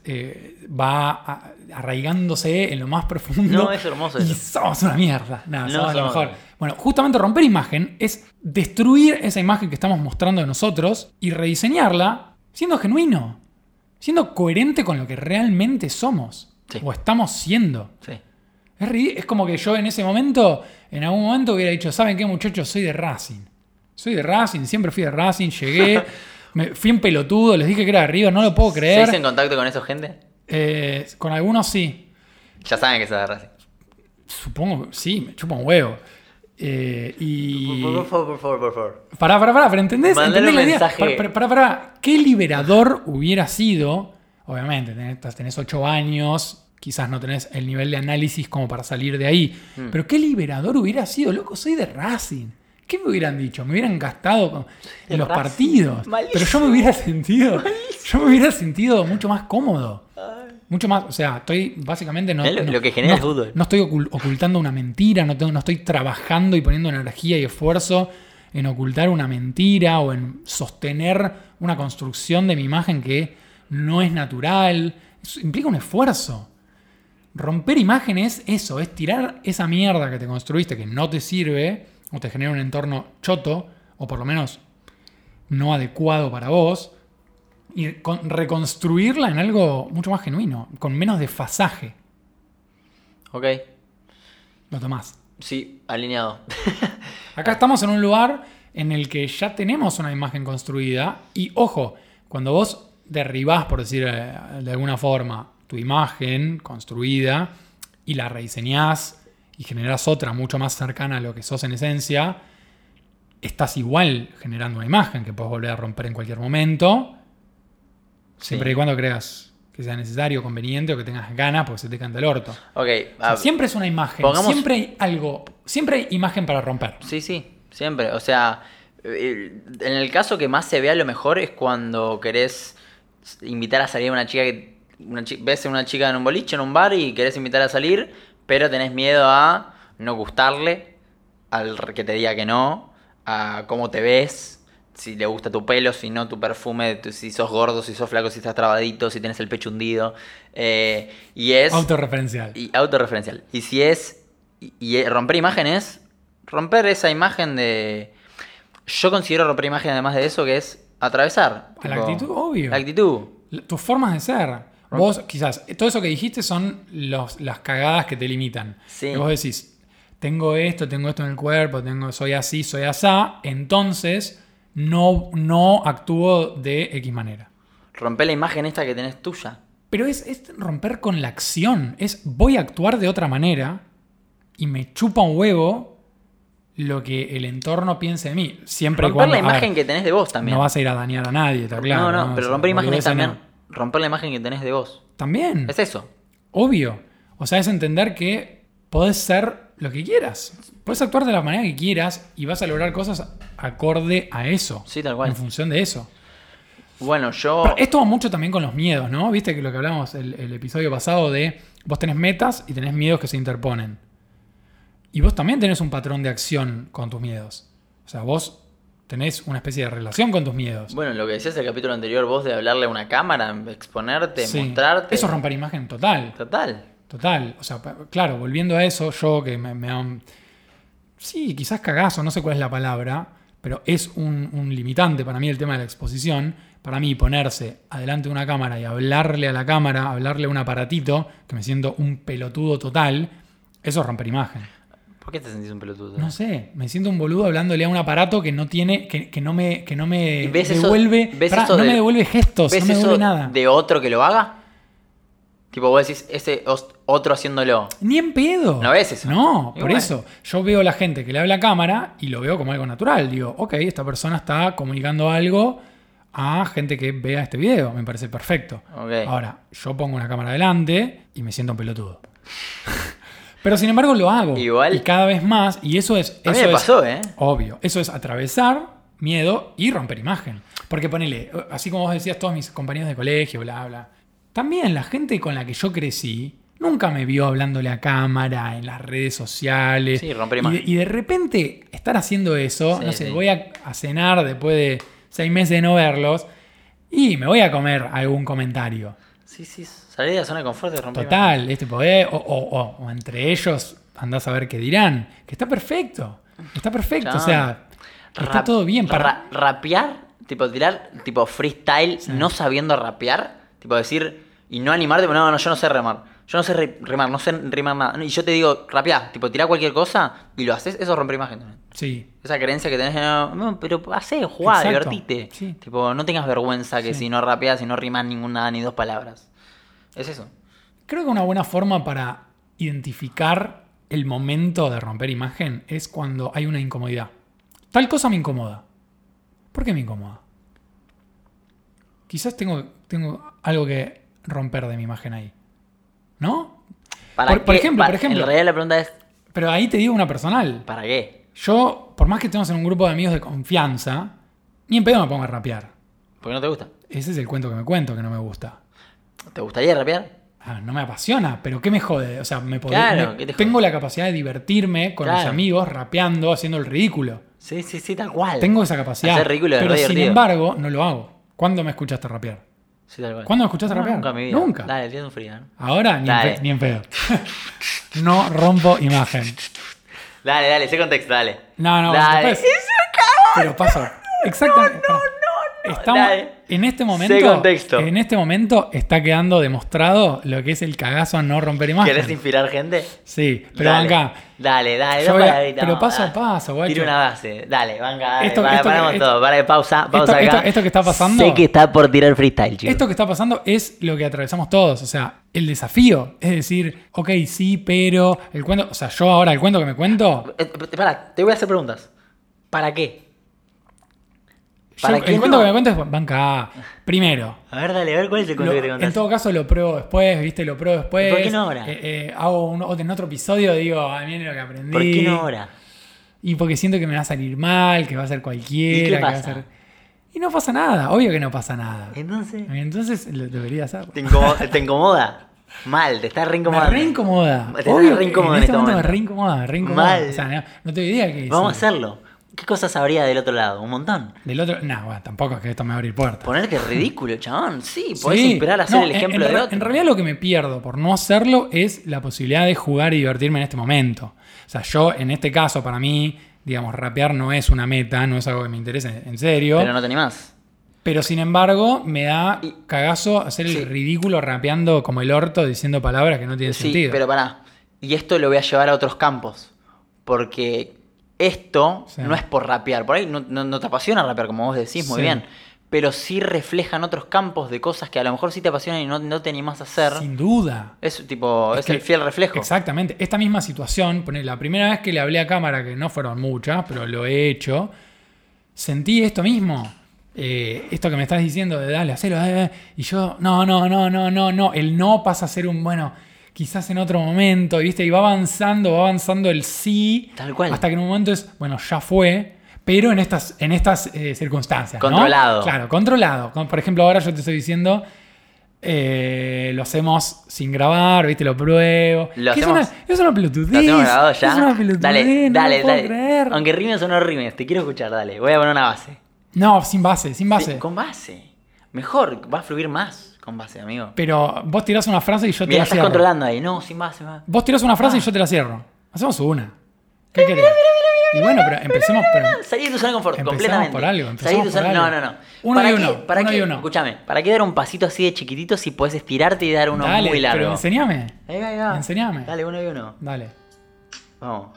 va arraigándose en lo más profundo. No, es hermoso Y eso. somos una mierda. Nada, No somos lo somos. mejor. Bueno, justamente romper imagen es destruir esa imagen que estamos mostrando de nosotros y rediseñarla siendo genuino. Siendo coherente con lo que realmente somos. Sí. O estamos siendo. Sí. Es como que yo en ese momento, en algún momento hubiera dicho, ¿saben qué, muchachos? Soy de Racing. Soy de Racing, siempre fui de Racing, llegué, fui un pelotudo, les dije que era de River, no lo puedo creer. ¿Seguís en contacto con esa gente? Con algunos sí. Ya saben que sos de Racing. Supongo que sí, me chupa un huevo. Y... Por favor. Pará, pero ¿entendés? Mandale ¿Entendés un la idea? mensaje. Pará. ¿Qué liberador hubiera sido? Obviamente, tenés 8 años, quizás no tenés el nivel de análisis como para salir de ahí. Pero ¿qué liberador hubiera sido? Loco, soy de Racing. ¿Qué me hubieran dicho? Me hubieran gastado en los Racing. partidos. Malísimo. Pero yo me hubiera sentido mucho más cómodo. Mucho más, o sea, estoy básicamente Es lo que genera el fútbol. No estoy ocultando una mentira, no estoy trabajando y poniendo energía y esfuerzo en ocultar una mentira o en sostener una construcción de mi imagen que no es natural. Eso implica un esfuerzo. Romper imágenes es eso, es tirar esa mierda que te construiste que no te sirve o te genera un entorno choto o por lo menos no adecuado para vos y reconstruirla en algo mucho más genuino, con menos desfasaje. Ok. Lo tomás. Sí, alineado. Acá estamos en un lugar en el que ya tenemos una imagen construida y, ojo, cuando vos derribás, por decir de alguna forma, tu imagen construida y la rediseñás y generás otra mucho más cercana a lo que sos en esencia, estás igual generando una imagen que puedes volver a romper en cualquier momento, siempre y cuando creas que sea necesario, conveniente o que tengas ganas porque se te canta el orto. Ok. O sea, siempre es una imagen, siempre hay algo, siempre hay imagen para romper. Sí, siempre. O sea, en el caso que más se ve a lo mejor es cuando querés invitar a salir a una chica que... ves a una chica en un boliche, en un bar y querés invitar a salir, pero tenés miedo a no gustarle, al que te diga que no, a cómo te ves, si le gusta tu pelo, si no tu perfume, si sos gordo, si sos flaco, si estás trabadito, si tienes el pecho hundido. Y es... Autorreferencial. Y autorreferencial. Y si es... Y romper imágenes, romper esa imagen de... Yo considero romper imagen además de eso que es atravesar. A la actitud, obvio. La actitud. Tus formas de ser. Vos, quizás, todo eso que dijiste son las cagadas que te limitan. Sí. Que vos decís, tengo esto en el cuerpo, soy así, soy asá, entonces no actúo de X manera. Romper la imagen esta que tenés tuya. Pero es romper con la acción. Voy a actuar de otra manera y me chupa un huevo lo que el entorno piense de mí. Siempre romper la imagen que tenés de vos también. No vas a ir a dañar a nadie, está claro. No, pero romper imágenes también. No. Romper la imagen que tenés de vos. También. Es eso. Obvio. O sea, es entender que podés ser lo que quieras. Podés actuar de la manera que quieras y vas a lograr cosas acorde a eso. Sí, tal cual. En función de eso. Bueno, yo... Pero esto va mucho también con los miedos, ¿no? Viste que lo que hablamos el episodio pasado de vos tenés metas y tenés miedos que se interponen. Y vos también tenés un patrón de acción con tus miedos. O sea, vos tenés una especie de relación con tus miedos. Bueno, lo que decías el capítulo anterior, vos de hablarle a una cámara, exponerte, Sí. mostrarte. Eso es romper imagen total. Total. O sea, claro, volviendo a eso, yo que me han... Sí, quizás cagazo, no sé cuál es la palabra, pero es un limitante para mí el tema de la exposición. Para mí ponerse adelante de una cámara y hablarle a la cámara, hablarle a un aparatito, que me siento un pelotudo total, eso es romper imagen. ¿Por qué te sentís un pelotudo? No sé, me siento un boludo hablándole a un aparato que no tiene, que no me ¿Ves devuelve, eso no me devuelve gestos, ¿ves no me eso devuelve nada. de otro que lo haga? Tipo, vos decís, ese otro haciéndolo. Ni en pedo. ¿No ves eso? No, por Igual. eso. Yo veo a la gente que le habla a cámara y lo veo como algo natural. Digo, ok, esta persona está comunicando algo a gente que vea este video. Me parece perfecto. Ok. Ahora, yo pongo una cámara delante y me siento un pelotudo. Pero sin embargo lo hago. Igual. Y cada vez más. Y eso es... A mí eso me es pasó, obvio. Eso es atravesar miedo y romper imagen. Porque ponele, así como vos decías, todos mis compañeros de colegio, bla, bla. También la gente con la que yo crecí nunca me vio hablándole a cámara en las redes sociales. Sí, romper imagen. Y de repente estar haciendo eso, Sí, no sé, sí. voy a cenar después de 6 meses de no verlos y me voy a comer algún comentario. Sí, salir de la zona de confort de romper Total, o entre ellos andás a ver qué dirán. Que está perfecto. Está perfecto. Chan. O sea, está todo bien. Rapear, tipo tirar, tipo freestyle, no sabiendo rapear, tipo decir, y no animarte, no, yo no sé remar. Yo no sé rimar, no sé rimar nada. Y yo te digo, rapeá, tipo tirá cualquier cosa y lo haces, eso es romper imagen también. Sí. Esa creencia que tenés, no, pero hacé, jugá, Exacto. divertite. Sí. Tipo, no tengas vergüenza que Sí. si no rapeás, si no rimas ninguna ni 2 palabras. Es eso. Creo que una buena forma para identificar el momento de romper imagen es cuando hay una incomodidad. Tal cosa me incomoda. ¿Por qué me incomoda? Quizás tengo algo que romper de mi imagen ahí. ¿No? Por ejemplo. En realidad la pregunta es, Pero ahí te digo una personal. ¿para qué? Yo, por más que estemos en un grupo de amigos de confianza, ni en pedo me pongo a rapear. ¿Por qué no te gusta? Ese es el cuento que me cuento, que no me gusta. ¿Te gustaría rapear? No me apasiona, pero ¿qué me jode? O sea, Claro, ¿qué te jode? tengo la capacidad de divertirme con mis Claro. amigos, rapeando, haciendo el ridículo. Sí, tal cual. Tengo esa capacidad. Hacer ridículo es pero re sin divertido. embargo, no lo hago. ¿Cuándo me escuchaste rapear? Sí, tal cual. ¿Cuándo me escuchaste rapear? Nunca en mi vida. Nunca. Dale, tienes un frío, ¿no? Ahora Dale. ni en pedo. No rompo imagen. Dale, sé contexto, dale. No, Dale. después. Pero paso. Exactamente. Estamos, Dale. en este Sé contexto. momento está quedando demostrado lo que es el cagazo a no romper imagen. ¿Querés inspirar gente? Sí, pero Dale. acá. Dale, Yo no voy a- para ahorita, pero vamos, paso a dale. paso, guacho. Tira una base. Dale, venga, dale. Esto- Para, esto- paramos esto- todo. Para, pausa esto- acá. esto que está pasando- Sé que está por tirar freestyle, chicos. Esto que está pasando es lo que atravesamos todos, o sea, el desafío. Es decir, ok, sí, pero el cuento, o sea, yo ahora el cuento que me cuento, Pará, te voy a hacer preguntas. ¿Para qué? ¿Para el qué cuento no? que me cuento es banca. Primero, A ver, dale, a ver cuál es el cuento que te en contaste. todo caso lo pruebo después, ¿viste? Lo pruebo después. ¿Por qué no ahora? En otro episodio digo, a mí lo que aprendí. ¿Por qué no ahora? Y porque siento que me va a salir mal, que va a ser cualquiera. ¿Y qué que va a pasa? ser... Y no pasa nada, obvio que no pasa nada. Entonces, Lo debería hacer. ¿te incomoda? Mal, te está Me reincomodando. reincomoda. Te Obvio, está reincómodo en en este este momento me momento. reincomoda. Mal. O sea, no te idea que Vamos a sí. hacerlo. ¿Qué cosas habría del otro lado? Un montón. Del otro, no, bueno, tampoco es que esto me va a abrir puertas. Poner que es ridículo, chabón. Sí, podés Sí. inspirar a hacer No, el ejemplo en de otro. En realidad lo que me pierdo por no hacerlo es la posibilidad de jugar y divertirme en este momento. O sea, yo en este caso, para mí, digamos, rapear no es una meta, no es algo que me interese en serio. Pero no te animás. Pero sin embargo, me da Y- cagazo hacer Sí. el ridículo rapeando como el orto diciendo palabras que no tienen Sí, sentido. pero pará. Y esto lo voy a llevar a otros campos. Porque esto Sí. no es por rapear. Por ahí no te apasiona rapear, como vos decís, muy Sí. bien. Pero sí reflejan otros campos de cosas que a lo mejor sí te apasionan y no te animás a hacer. Sin duda. Es tipo, es que- el fiel reflejo. Exactamente. Esta misma situación, la primera vez que le hablé a cámara, que no fueron muchas, pero lo he hecho, sentí esto mismo. Esto que me estás diciendo de dale, hacelo. Y yo, no. El no pasa a ser un, bueno, quizás en otro momento, ¿viste? Y va avanzando el sí. Tal cual. Hasta que en un momento es, bueno, ya fue. Pero en estas circunstancias. ¿no? Controlado. Claro, controlado. Por ejemplo, ahora yo te estoy diciendo. Lo hacemos sin grabar, ¿viste? Lo pruebo. Lo Que hacemos- es una pelotudez. ¿Lo tenemos grabado ya? Es una pelotudez. Dale, no dale, lo puedo dale. creer. Aunque rimes o no rimes, te quiero escuchar, dale. Voy a poner una base. No, sin base. Sí, con base. Mejor, va a fluir más con base, amigo. Pero vos tirás una frase y yo te Mira, la estás cierro. controlando ahí. No, sin base, va. Vos tirás una frase y yo te la cierro. Hacemos una. ¿Qué querés? Y bueno, pero empecemos. Salí de tu zona de confort, Empezamos completamente. por algo, Salí de tu empezamos zona. por algo. No. Uno ¿Para y qué? uno, ¿Para uno qué? y uno. Escúchame, ¿para qué dar un pasito así de chiquitito si puedes estirarte y dar uno Dale, muy largo? pero enseñame. Ahí va. Enseñame. Dale, uno y uno. Dale. Vamos.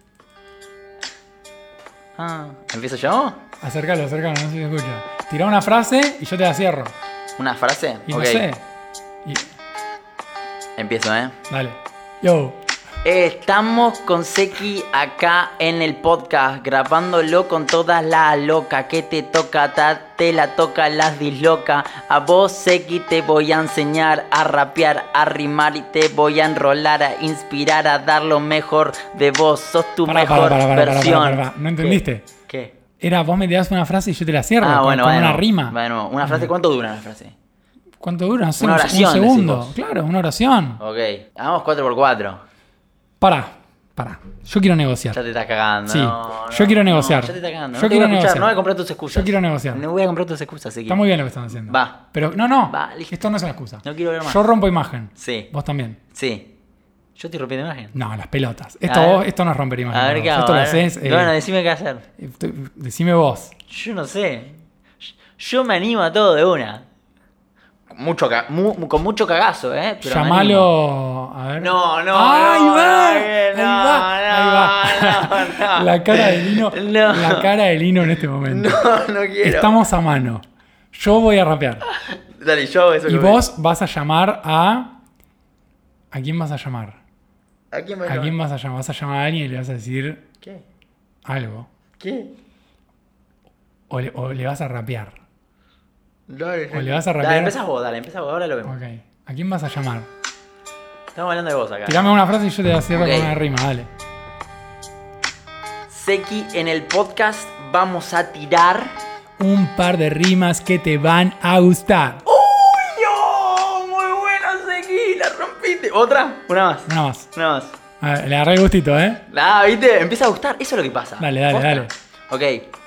¿Empiezo yo? Acércalo, no sé si se escucha. Tirá una frase y yo te la cierro. ¿Una frase? Y Ok. no sé. Y- Empiezo, Dale. Yo. Estamos con Seki acá en el podcast, grabándolo con todas las locas. Que te toca, te la toca, las disloca. A vos, Seki, te voy a enseñar a rapear, a rimar y te voy a enrolar, a inspirar, a dar lo mejor de vos. Sos tu mejor versión. Pará. ¿No entendiste? ¿Qué? Era, vos me tirás una frase y yo te la cierro. con va de una nuevo, rima. va de nuevo. ¿Una frase? ¿Cuánto dura una frase? ¿Cuánto dura? No sé, Una un oración, segundo. decís vos. Claro, una oración. Ok, hagamos 4x4. Pará. Yo quiero negociar. Ya te estás cagando. Sí, no, yo quiero negociar. Ya te estás cagando. Yo No te quiero voy a escuchar, negociar. no voy a comprar tus excusas. Yo quiero negociar. No voy a comprar tus excusas, Seki. Está muy bien lo que están haciendo. Va. Pero no. Va, listo. Esto no es una excusa. No quiero ver más. Yo rompo imagen. Sí. Vos también. Sí. Yo estoy rompiendo imagen. No, las pelotas. A ver. Esto no es romper imagen. A ver vos. qué hago. Esto lo a ver. haces. Bueno, decime qué hacer. Decime vos. Yo no sé. Yo me animo a todo de una. Con mucho cagazo, ¿eh? Pero me animo. Llamalo. A ver. No. Ahí no, va. no, Ahí va. no. La cara de Lino. No. La cara de Lino en este momento. No quiero. Estamos a mano. Yo voy a rapear. Dale, yo hago eso. Y que vos vas a llamar a. ¿A quién vas a llamar? ¿A quién me ¿A quién vas a llamar? Vas a llamar a alguien y le vas a decir ¿Qué? algo. ¿Qué? O le vas a rapear. Dale, O le vas a rapear. Dale, empezás vos, ahora lo vemos. Ok. ¿A quién vas a llamar? Estamos hablando de vos acá. Tirame una frase y yo te la cierro Ok. con una rima, dale. Seki, en el podcast vamos a tirar. Un par de rimas que te van a gustar. ¡Uy, no! Muy buena, Seki, la rompiste. ¿Otra? Una más. Una más. Una más. A ver, le agarré el gustito, ¿eh? Ah, ¿viste? Empieza a gustar. Eso es lo que pasa. Dale. Ok.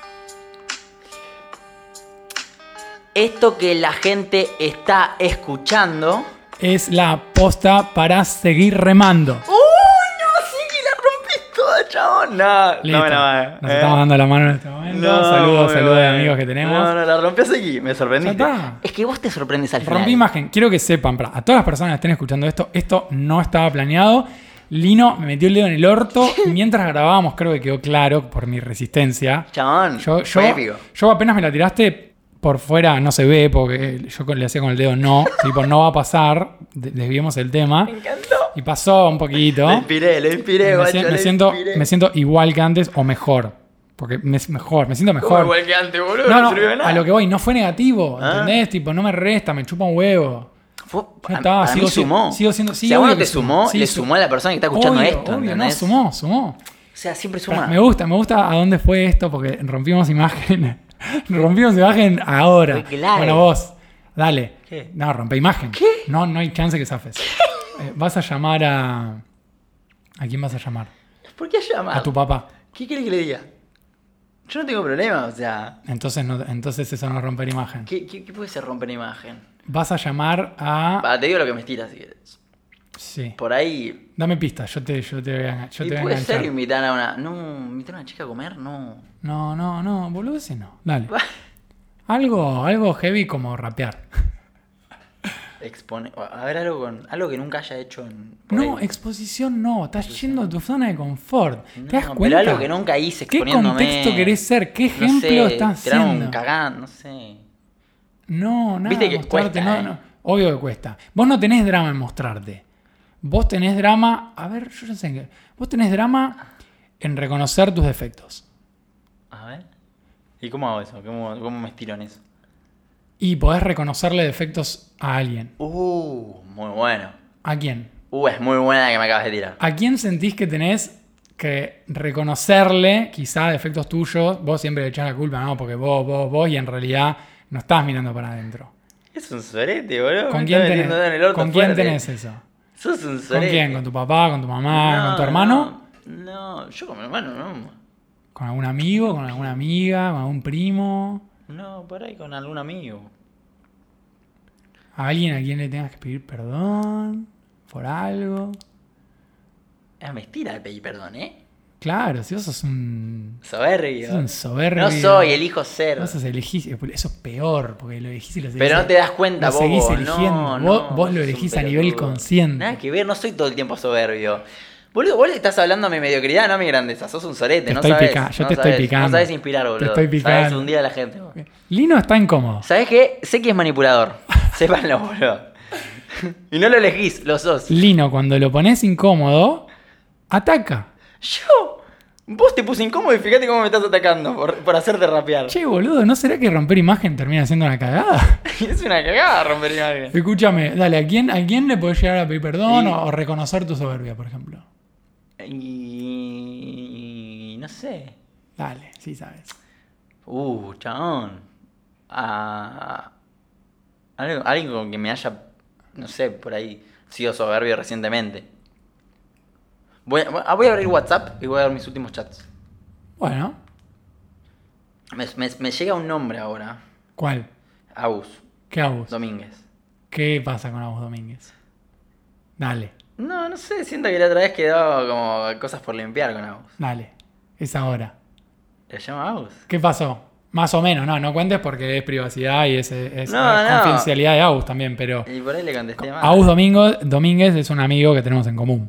Esto que la gente está escuchando. Es la posta para seguir remando. ¡Uy, no! Seki, la rompiste toda, chabón. No, Listo. no me la va. Nos estamos dando la mano en este momento. Saludos de amigos que tenemos. No, la rompí aquí. Me sorprendiste. Ya está. Es que vos te sorprendes al final. Rompí imagen. Quiero que sepan, a todas las personas que estén escuchando esto no estaba planeado. Lino me metió el dedo en el orto. Mientras grabábamos, creo que quedó claro por mi resistencia. Chabón, fue épico. Yo apenas me la tiraste por fuera, no se ve, porque yo le hacía con el dedo no. Tipo, no va a pasar. Desviemos el tema. Me encantó. Y pasó un poquito. Lo inspiré, guacho. Me siento igual que antes o mejor. Porque me siento mejor. ¿Cómo igual que antes, boludo? No, sirvió de nada. a lo que voy, no fue negativo, ¿entendés? Tipo, no me resta, me chupa un huevo. Ya está, para mí sumó. sigo siendo... Si a vos no te sumó, le sumó a la persona que está escuchando esto, obvio, ¿entendés? no, sumó. O sea, siempre suma. Me gusta a dónde fue esto, porque rompimos imagen. Rompimos imagen ahora. Fue clave. Bueno, vos, dale. ¿Qué? No, rompe imagen. ¿Qué? No hay chance que zafes. Vas a llamar a... ¿A quién vas a llamar? ¿Por qué llamar? A tu papá. ¿Qué querés que le diga? Yo no tengo problema, o sea... Entonces eso no es romper imagen. ¿Qué puede ser romper imagen? Vas a llamar a... Te digo lo que me estira si quieres. Sí. Por ahí... Dame pistas, yo te voy a ¿Y puede ser invitar a una... No, invitar a una chica a comer? No. No, boludo, ese no. Dale. Algo heavy como rapear. A ver, algo que nunca haya hecho en... No, exposición no. Estás yendo a tu zona de confort. No, ¿Te das cuenta? pero algo que nunca hice ¿Qué exponiéndome. contexto querés ser? ¿Qué ejemplo estás tirar haciendo? un cagán, no sé. No, nada. Viste que mostrarte, cuesta, no. Obvio que cuesta. Vos no tenés drama en mostrarte. Vos tenés drama... A ver, yo no sé qué. Vos tenés drama en reconocer tus defectos. A ver. ¿Y cómo hago eso? ¿Cómo me estiro en eso? Y podés reconocerle defectos a alguien. Muy bueno. ¿A quién? Es muy buena la que me acabas de tirar. ¿A quién sentís que tenés que reconocerle quizá defectos tuyos? Vos siempre le echás la culpa, ¿no? Porque vos y en realidad no estás mirando para adentro. Es un sorete, boludo. ¿Con quién tenés eso? Sos un sorete. ¿Con quién? ¿Con tu papá? ¿Con tu mamá? ¿Con tu hermano? No, yo con mi hermano no. ¿Con algún amigo? ¿Con alguna amiga? ¿Con algún primo? No, por ahí con algún amigo. ¿A alguien a quien le tengas que pedir perdón? ¿Por algo? Me estira el pedir perdón, ¿eh? Claro, si vos sos un... Soberbio. Sos un soberbio. No soy, elijo ser. Vos elegís, eso es peor, porque lo elegís y lo seguís. Pero no te das cuenta, lo seguís bobo. eligiendo. No, vos lo elegís a nivel consciente. Nada que ver, no soy todo el tiempo soberbio. Boludo, vos le estás hablando a mi mediocridad, no a mi grandeza. Sos un sorete, Yo te estoy picando. No sabes inspirar, boludo. Te estoy picando. Sabes hundir a la gente. Lino está incómodo. ¿Sabés qué? Sé que es manipulador. Sépanlo, boludo. Y no lo elegís, lo sos. Lino, cuando lo pones incómodo, ataca. Yo. Vos te puse incómodo y fíjate cómo me estás atacando por hacerte rapear. Che, boludo, ¿no será que romper imagen termina siendo una cagada? Es una cagada romper imagen. Escúchame, dale, ¿a quién le podés llegar a pedir perdón o reconocer tu soberbia, por ejemplo? Y no sé. Dale, sí sabes. Chabón. Alguien con que me haya, no sé, por ahí sido soberbio recientemente. Voy a abrir WhatsApp y voy a ver mis últimos chats. Bueno. Me llega un nombre ahora. ¿Cuál? Agus. ¿Qué Agus? Domínguez. ¿Qué pasa con Agus Domínguez? Dale. No sé, siento que la otra vez quedó como cosas por limpiar con Agus. Dale, es ahora. ¿Le llama Agus? ¿Qué pasó? Más o menos, no cuentes porque es privacidad y es No. confidencialidad de Agus también, pero... Y por ahí le contesté mal. Agus Domínguez es un amigo que tenemos en común.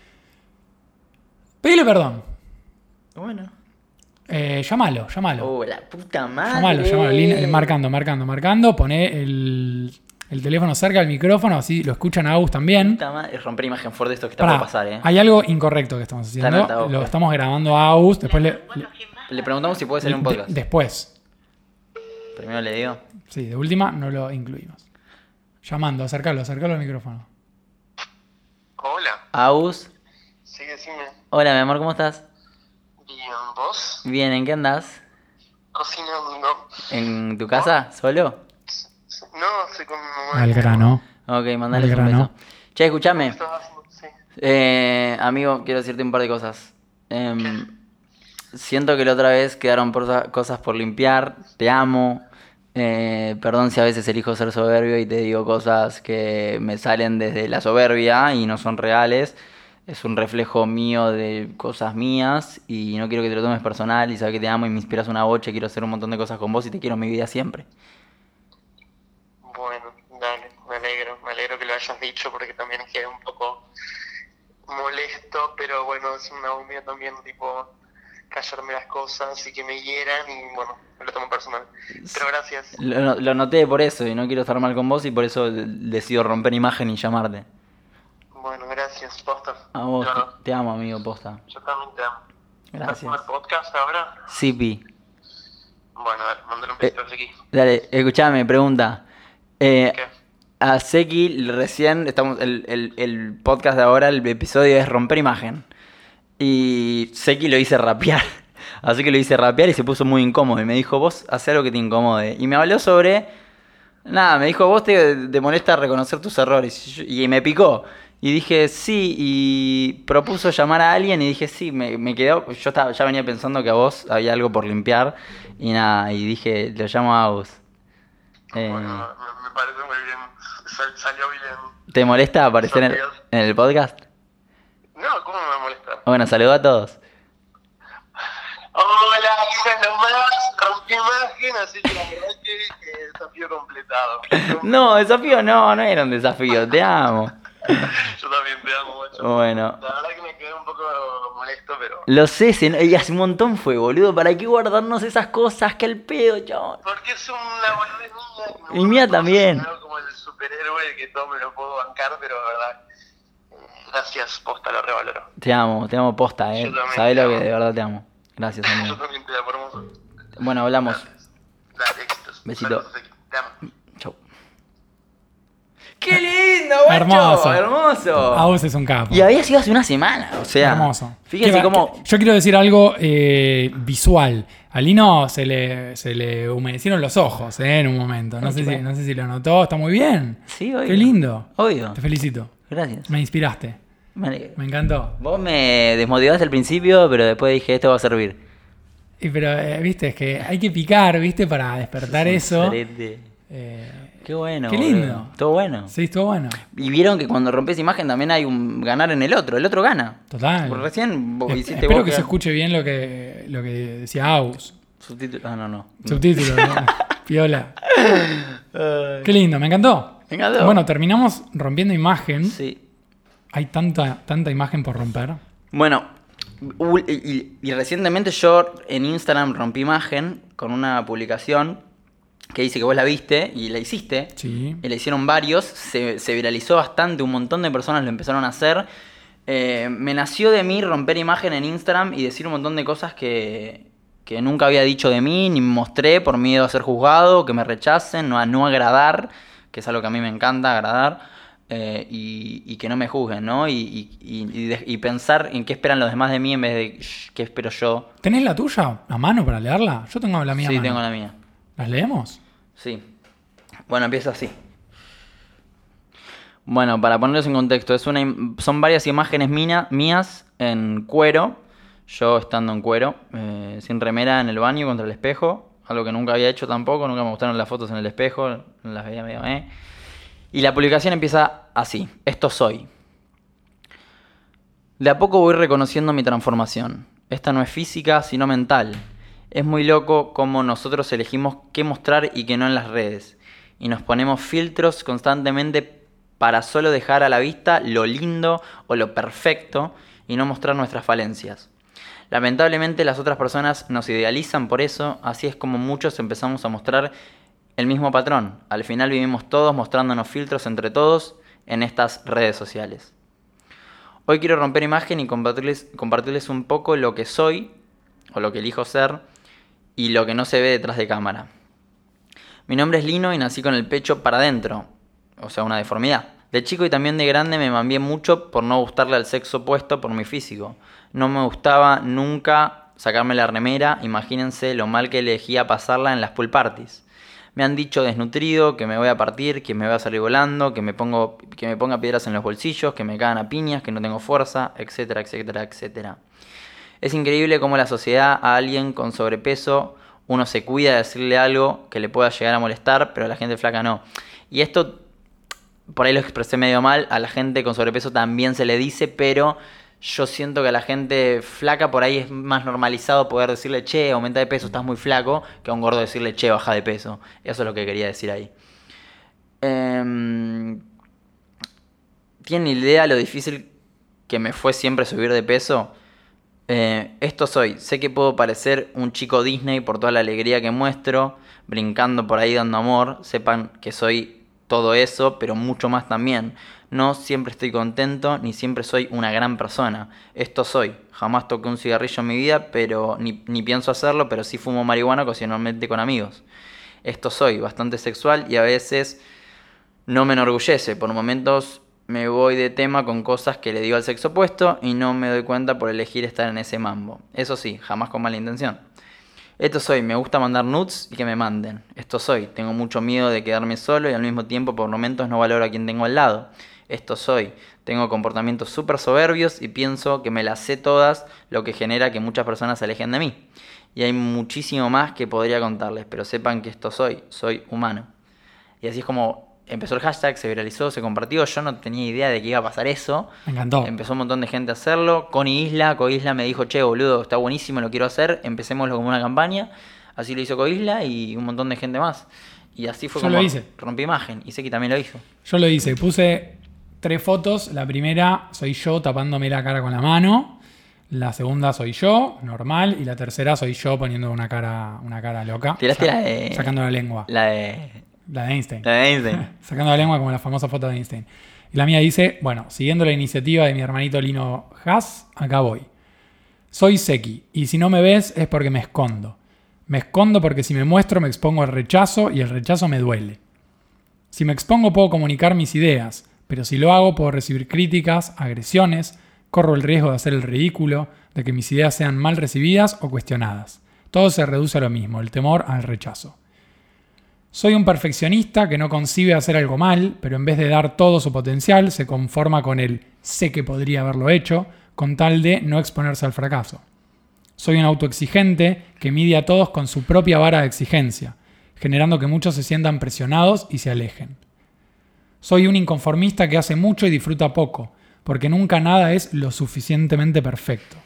Pedile perdón. Bueno. Llámalo. La puta madre. Llámalo. Marcando. Poné el teléfono cerca del micrófono, así lo escuchan a Agus también. Puta madre. Es romper imagen fuerte esto que está por pasar, Hay algo incorrecto que estamos haciendo. Lo estamos grabando a Agus. Después le preguntamos si puede ser un podcast. Después. Primero le digo. Sí, de última no lo incluimos. Llamando, acercalo al micrófono. Hola. Agus. Sí, decime. Hola, mi amor, ¿cómo estás? Bien, ¿vos? Bien, ¿en qué andás? Cocinando. ¿En tu casa? ¿Solo? No, estoy con mi mamá. Al grano. Ok, mandale Al un grano. beso. Che, escuchame. ¿Qué estás haciendo? Sí. Amigo, quiero decirte un par de cosas. Siento que la otra vez quedaron cosas por limpiar. Te amo. Perdón si a veces elijo ser soberbio y te digo cosas que me salen desde la soberbia y no son reales. es un reflejo mío de cosas mías y no quiero que te lo tomes personal y sabes que te amo y me inspiras una bocha, quiero hacer un montón de cosas con vos y te quiero en mi vida siempre. Bueno, dale, me alegro que lo hayas dicho porque también quedé un poco molesto, pero bueno, es una voz mía también, tipo, callarme las cosas y que me hieran y bueno, me lo tomo personal. Pero gracias. Lo noté por eso y no quiero estar mal con vos y por eso decido romper imagen y llamarte. Bueno, gracias, posta. A vos, Yo, te amo, amigo, posta. yo también te amo. Gracias. ¿Estás con el podcast ahora? Sí, Pi. Bueno, dale, mándale un besito a Seki. Dale, escuchame, pregunta. ¿Qué? A Seki recién, el podcast de ahora, el episodio es romper imagen. Y Seki lo hice rapear. Así que lo hice rapear y se puso muy incómodo. Y me dijo, vos haz algo que te incomode. Y me habló sobre... Nada, me dijo, vos te molesta reconocer tus errores. Y me picó. Y dije, sí. Y propuso llamar a alguien y dije, sí, me quedó... Yo ya venía pensando que a vos había algo por limpiar. Y nada, y dije, lo llamo a vos. Bueno, me parece muy bien. Salió bien. ¿Te molesta aparecer en el podcast? No, ¿cómo me molesta? Bueno, saludo a todos. Hola, ¿qué nomás? Rompí imagen, así que la verdad que desafío completado. No, desafío no era un desafío, te amo. Yo también te amo, macho. Bueno. La verdad que me quedé un poco molesto, pero... Lo sé, y hace un montón fue, boludo. ¿Para qué guardarnos esas cosas? Que al pedo, chabón. Porque es una boludez mía. Y mía también. Como el superhéroe que todo me lo puedo bancar, pero la verdad... Gracias, posta, lo revaloro. Te amo posta, Yo también Sabés te lo que amo. de verdad te amo. Gracias, Yo amigo. también te amo, hermoso. Bueno, hablamos. Gracias. Dale, éxitos. Besito. Saludos, Seki. Te amo. Chau. ¡Qué lindo, guacho! Hermoso. Hermoso. A vos es un capo. Y había sido hace una semana, o sea. Hermoso. Fíjense cómo. Yo quiero decir algo visual. A Lino se le humedecieron los ojos en un momento. No sé si lo notó. Está muy bien. Sí, obvio. Qué lindo. Obvio. Te felicito. Gracias. Me inspiraste. Me alegro. Me encantó. Vos me desmotivaste al principio, pero después dije, esto va a servir. Pero, viste, es que hay que picar, viste, para despertar eso. Sorete. Qué bueno. Qué lindo. Boludo. Todo bueno. Sí, estuvo bueno. Y vieron que cuando rompes imagen también hay un ganar en el otro gana. Total. Porque recién vos hiciste Espero vos que se escuche bien lo que decía Aus. Subtítulos. Ah, no. Subtítulos, ¿no? Piola. Qué lindo, me encantó. Me encantó. Bueno, terminamos rompiendo imagen. Sí. Hay tanta imagen por romper. Bueno, y recientemente yo en Instagram rompí imagen con una publicación que dice que vos la viste y la hiciste. Sí. Y la hicieron varios, se viralizó bastante, un montón de personas lo empezaron a hacer. Me nació de mí romper imagen en Instagram y decir un montón de cosas que nunca había dicho de mí, ni me mostré por miedo a ser juzgado, que me rechacen, no agradar, que es algo que a mí me encanta, agradar. Y que no me juzguen, ¿no? Y pensar en qué esperan los demás de mí en vez de qué espero yo. ¿Tenés la tuya a mano para leerla? Yo tengo la mía a Sí, mano. tengo la mía. ¿Las leemos? Sí. Bueno, empieza así. Bueno, para ponerlos en contexto, son varias imágenes mías en cuero. Yo estando en cuero, sin remera en el baño contra el espejo. Algo que nunca había hecho tampoco, nunca me gustaron las fotos en el espejo, las veía medio Y la publicación empieza así. Esto soy. De a poco voy reconociendo mi transformación. Esta no es física, sino mental. Es muy loco cómo nosotros elegimos qué mostrar y qué no en las redes. Y nos ponemos filtros constantemente para solo dejar a la vista lo lindo o lo perfecto y no mostrar nuestras falencias. Lamentablemente las otras personas nos idealizan por eso, así es como muchos empezamos a mostrar el mismo patrón. Al final vivimos todos mostrándonos filtros entre todos en estas redes sociales. Hoy quiero romper imagen y compartirles un poco lo que soy, o lo que elijo ser, y lo que no se ve detrás de cámara. Mi nombre es Lino y nací con el pecho para adentro, o sea, una deformidad. De chico y también de grande me mambié mucho por no gustarle al sexo opuesto por mi físico. No me gustaba nunca sacarme la remera, imagínense lo mal que elegía pasarla en las pool parties. Me han dicho desnutrido, que me voy a partir, que me voy a salir volando, que me ponga piedras en los bolsillos, que me cagan a piñas, que no tengo fuerza, etcétera, etcétera, etcétera. Es increíble cómo la sociedad a alguien con sobrepeso uno se cuida de decirle algo que le pueda llegar a molestar, pero a la gente flaca no. Y esto por ahí lo expresé medio mal, a la gente con sobrepeso también se le dice, pero yo siento que a la gente flaca por ahí es más normalizado poder decirle, che, aumenta de peso, estás muy flaco, que a un gordo decirle, che, baja de peso. Eso es lo que quería decir ahí. ¿Tienen idea lo difícil que me fue siempre subir de peso? Esto soy. Sé que puedo parecer un chico Disney por toda la alegría que muestro, brincando por ahí dando amor. Sepan que soy todo eso, pero mucho más también. No siempre estoy contento, ni siempre soy una gran persona. Esto soy. Jamás toqué un cigarrillo en mi vida, pero ni pienso hacerlo, pero sí fumo marihuana ocasionalmente con amigos. Esto soy. Bastante sexual y a veces no me enorgullece. Por momentos me voy de tema con cosas que le digo al sexo opuesto y no me doy cuenta por elegir estar en ese mambo. Eso sí, jamás con mala intención. Esto soy, me gusta mandar nudes y que me manden. Esto soy, tengo mucho miedo de quedarme solo y al mismo tiempo por momentos no valoro a quien tengo al lado. Esto soy, tengo comportamientos súper soberbios y pienso que me las sé todas, lo que genera que muchas personas se alejen de mí. Y hay muchísimo más que podría contarles, pero sepan que esto soy humano. Y así es como empezó el hashtag, se viralizó, se compartió. Yo no tenía idea de que iba a pasar eso. Me encantó. Empezó un montón de gente a hacerlo. Coisla me dijo, che, boludo, está buenísimo, lo quiero hacer. Empecémoslo como una campaña. Así lo hizo Coisla y un montón de gente más. Y así fue Yo como lo hice. rompí imagen. Y Seki también lo hizo. Yo lo hice. Puse 3 fotos. La primera soy yo tapándome la cara con la mano. La segunda soy yo, normal. Y la tercera soy yo poniendo una cara loca. Tiraste la de... Sacando la lengua. La de Einstein. Sacando la lengua como la famosa foto de Einstein. Y la mía dice, bueno, siguiendo la iniciativa de mi hermanito Lino Haas, acá voy. Soy Seki, y si no me ves es porque me escondo. Me escondo porque si me muestro me expongo al rechazo y el rechazo me duele. Si me expongo puedo comunicar mis ideas, pero si lo hago puedo recibir críticas, agresiones, corro el riesgo de hacer el ridículo, de que mis ideas sean mal recibidas o cuestionadas. Todo se reduce a lo mismo, el temor al rechazo. Soy un perfeccionista que no concibe hacer algo mal, pero en vez de dar todo su potencial, se conforma con el sé que podría haberlo hecho, con tal de no exponerse al fracaso. Soy un autoexigente que mide a todos con su propia vara de exigencia, generando que muchos se sientan presionados y se alejen. Soy un inconformista que hace mucho y disfruta poco, porque nunca nada es lo suficientemente perfecto.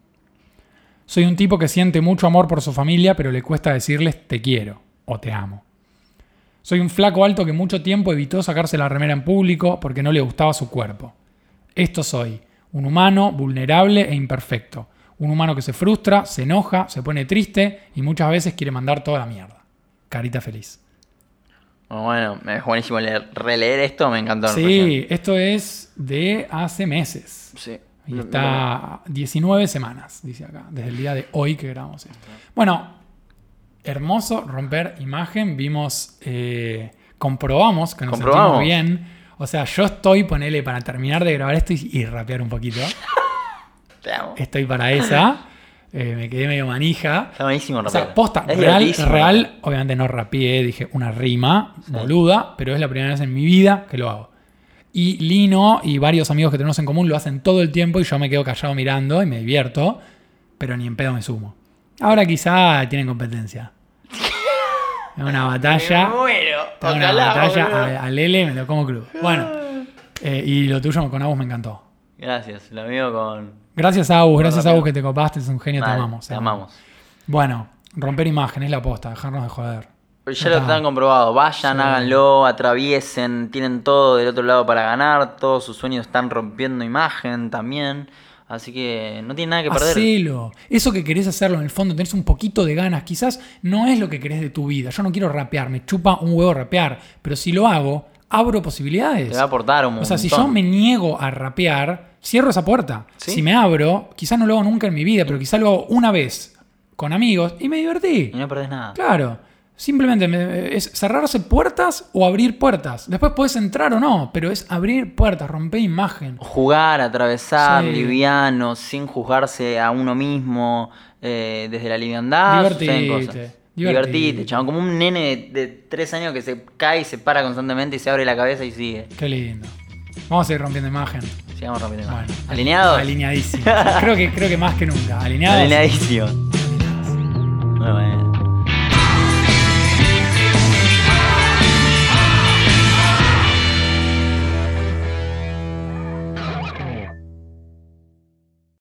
Soy un tipo que siente mucho amor por su familia, pero le cuesta decirles te quiero o te amo. Soy un flaco alto que mucho tiempo evitó sacarse la remera en público porque no le gustaba su cuerpo. Esto soy, un humano vulnerable e imperfecto. Un humano que se frustra, se enoja, se pone triste y muchas veces quiere mandar toda la mierda. Carita feliz. Bueno, es buenísimo releer esto, me encantó. Sí, esto es de hace meses. Sí. Y está 19 semanas, dice acá, desde el día de hoy que grabamos esto. Bueno, hermoso romper imagen. Vimos, comprobamos que nos sentimos bien. O sea, yo estoy, ponele, para terminar de grabar esto y rapear un poquito. Te amo. Estoy para esa. Me quedé medio manija. Está buenísimo rapear. O sea, posta, real, obviamente no rapeé, dije una rima, boluda, pero es la primera vez en mi vida que lo hago. Y Lino y varios amigos que tenemos en común lo hacen todo el tiempo y yo me quedo callado mirando y me divierto, pero ni en pedo me sumo. Ahora quizá tienen competencia. Es una batalla. Me muero. Es una batalla a Lele, me lo como crudo. Bueno, y lo tuyo con Agus me encantó. Gracias, lo mío con... Gracias Agus, que te copaste, es un genio, te amamos. Te amamos. Bueno, romper imagen es la posta, dejarnos de joder. Ya lo están comprobado, vayan, sí. Háganlo, atraviesen, tienen todo del otro lado para ganar, todos sus sueños están rompiendo imagen también, así que no tiene nada que perder. Hacelo, eso que querés hacerlo en el fondo, tenés un poquito de ganas, quizás no es lo que querés de tu vida, yo no quiero rapear, me chupa un huevo rapear, pero si lo hago, abro posibilidades. Te va a aportar un montón. O sea, si yo me niego a rapear, cierro esa puerta. ¿Sí? Si me abro, quizás no lo hago nunca en mi vida, pero quizás lo hago una vez con amigos y me divertí. Y no perdés nada. Claro. Simplemente es cerrarse puertas o abrir puertas. Después podés entrar o no, pero es abrir puertas, romper imagen. Jugar, atravesar, liviano, sin juzgarse a uno mismo, desde la liviandad. Divertite, chabón. Como un nene de 3 años que se cae y se para constantemente y se abre la cabeza y sigue. Qué lindo. Vamos a seguir rompiendo imagen. Sigamos rompiendo imagen. Bueno, ¿alineados? Alineadísimo. creo que más que nunca. ¿Alineados? Alineadísimo. Muy bueno.